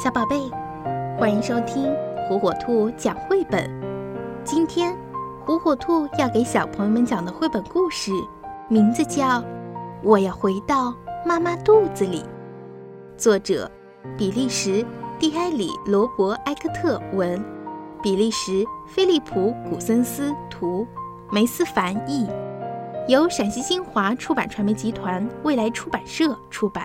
小宝贝，欢迎收听火火兔讲绘本。今天火火兔要给小朋友们讲的绘本故事名字叫《我要回到妈妈肚子里》，作者比利时蒂埃里·罗伯埃克特文，比利时菲利普·古森斯图，梅思凡译，由陕西新华出版传媒集团未来出版社出版。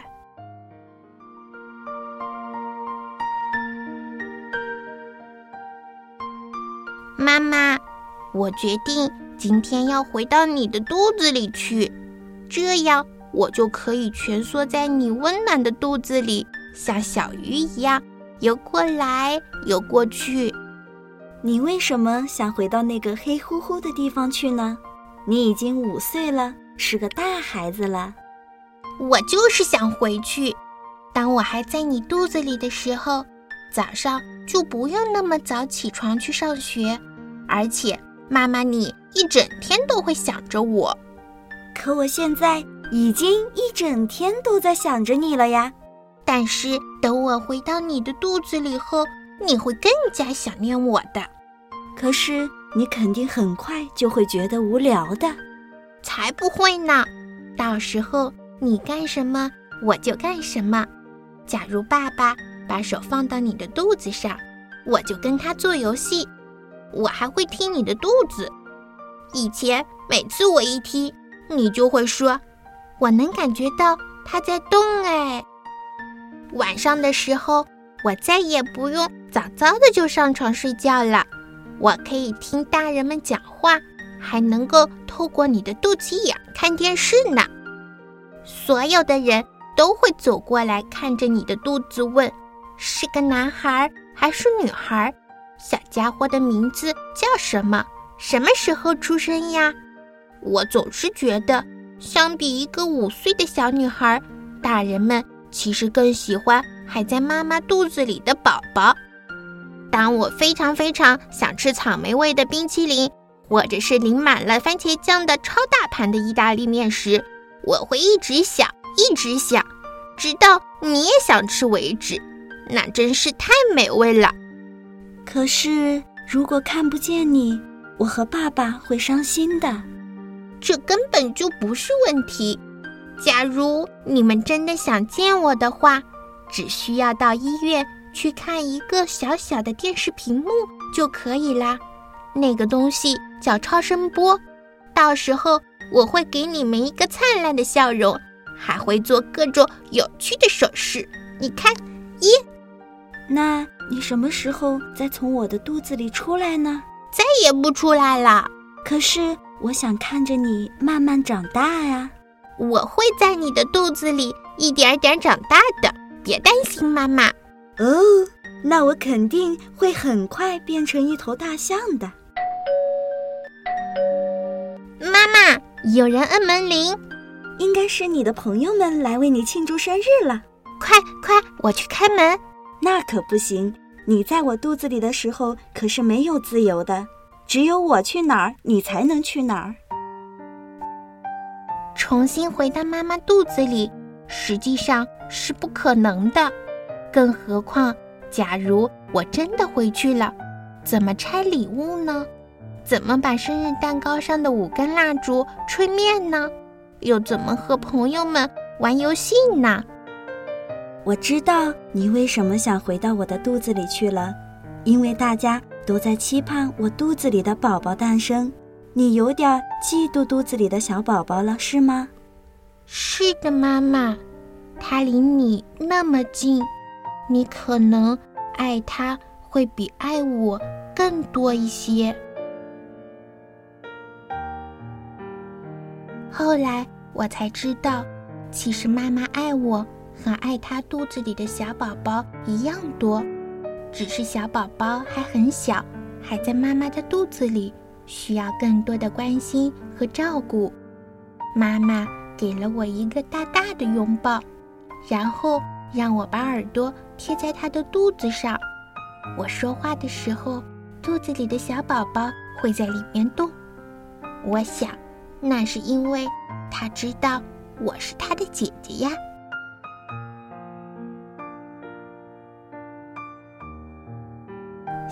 妈妈，我决定今天要回到你的肚子里去，这样我就可以蜷缩在你温暖的肚子里，像小鱼一样游过来游过去。 你为什么想回到那个黑乎乎的地方去呢？你已经5岁了，是个大孩子了。 我就是想回去。当我还在你肚子里的时候，早上就不用那么早起床去上学，而且妈妈你一整天都会想着我。 可我现在已经一整天都在想着你了呀。 但是等我回到你的肚子里后，你会更加想念我的。 可是你肯定很快就会觉得无聊的。 才不会呢，到时候你干什么我就干什么。假如爸爸把手放到你的肚子上，我就跟他做游戏，我还会踢你的肚子。以前每次我一踢，你就会说，我能感觉到它在动哎。晚上的时候，我再也不用早早的就上床睡觉了，我可以听大人们讲话，还能够透过你的肚脐眼看电视呢。所有的人都会走过来看着你的肚子问，是个男孩还是女孩？小家伙的名字叫什么？什么时候出生呀？我总是觉得，相比一个5岁的小女孩，大人们其实更喜欢还在妈妈肚子里的宝宝。当我非常想吃草莓味的冰淇淋，或者是淋满了番茄酱的超大盘的意大利面时，我会一直想，直到你也想吃为止。那真是太美味了。 可是如果看不见你，我和爸爸会伤心的。 这根本就不是问题。假如你们真的想见我的话，只需要到医院去看一个小小的电视屏幕就可以啦。那个东西叫超声波，到时候我会给你们一个灿烂的笑容，还会做各种有趣的手势。你看， 那你什么时候再从我的肚子里出来呢？ 再也不出来了。 可是我想看着你慢慢长大呀。 我会在你的肚子里一点点长大的，别担心妈妈。 哦，那我肯定会很快变成一头大象的。 妈妈，有人按门铃， 应该是你的朋友们来为你庆祝生日了。 快，我去开门。 那可不行，你在我肚子里的时候可是没有自由的，只有我去哪儿，你才能去哪儿。 重新回到妈妈肚子里，实际上是不可能的。更何况，假如我真的回去了，怎么拆礼物呢？怎么把生日蛋糕上的5根蜡烛吹灭呢？又怎么和朋友们玩游戏呢？ 我知道你为什么想回到我的肚子里去了，因为大家都在期盼我肚子里的宝宝诞生。你有点嫉妒肚子里的小宝宝了，是吗？ 是的，妈妈，他离你那么近，你可能爱他会比爱我更多一些。后来我才知道，其实妈妈爱我和爱她肚子里的小宝宝一样多，只是小宝宝还很小，还在妈妈的肚子里，需要更多的关心和照顾。妈妈给了我一个大大的拥抱，然后让我把耳朵贴在她的肚子上。我说话的时候，肚子里的小宝宝会在里面动。我想，那是因为她知道我是她的姐姐呀。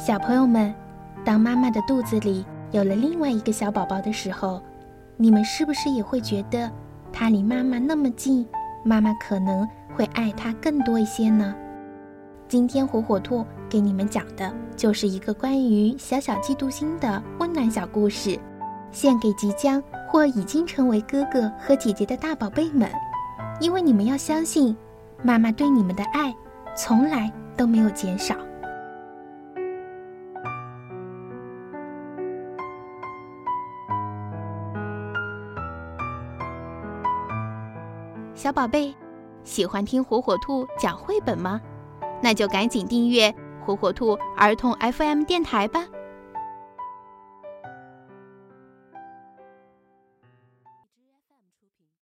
小朋友们，当妈妈的肚子里有了另外一个小宝宝的时候，你们是不是也会觉得他离妈妈那么近，妈妈可能会爱他更多一些呢？今天火火兔给你们讲的就是一个关于小小嫉妒心的温暖小故事，献给即将或已经成为哥哥和姐姐的大宝贝们，因为你们要相信，妈妈对你们的爱从来都没有减少。小宝贝，喜欢听火火兔讲绘本吗？那就赶紧订阅火火兔儿童 FM 电台吧。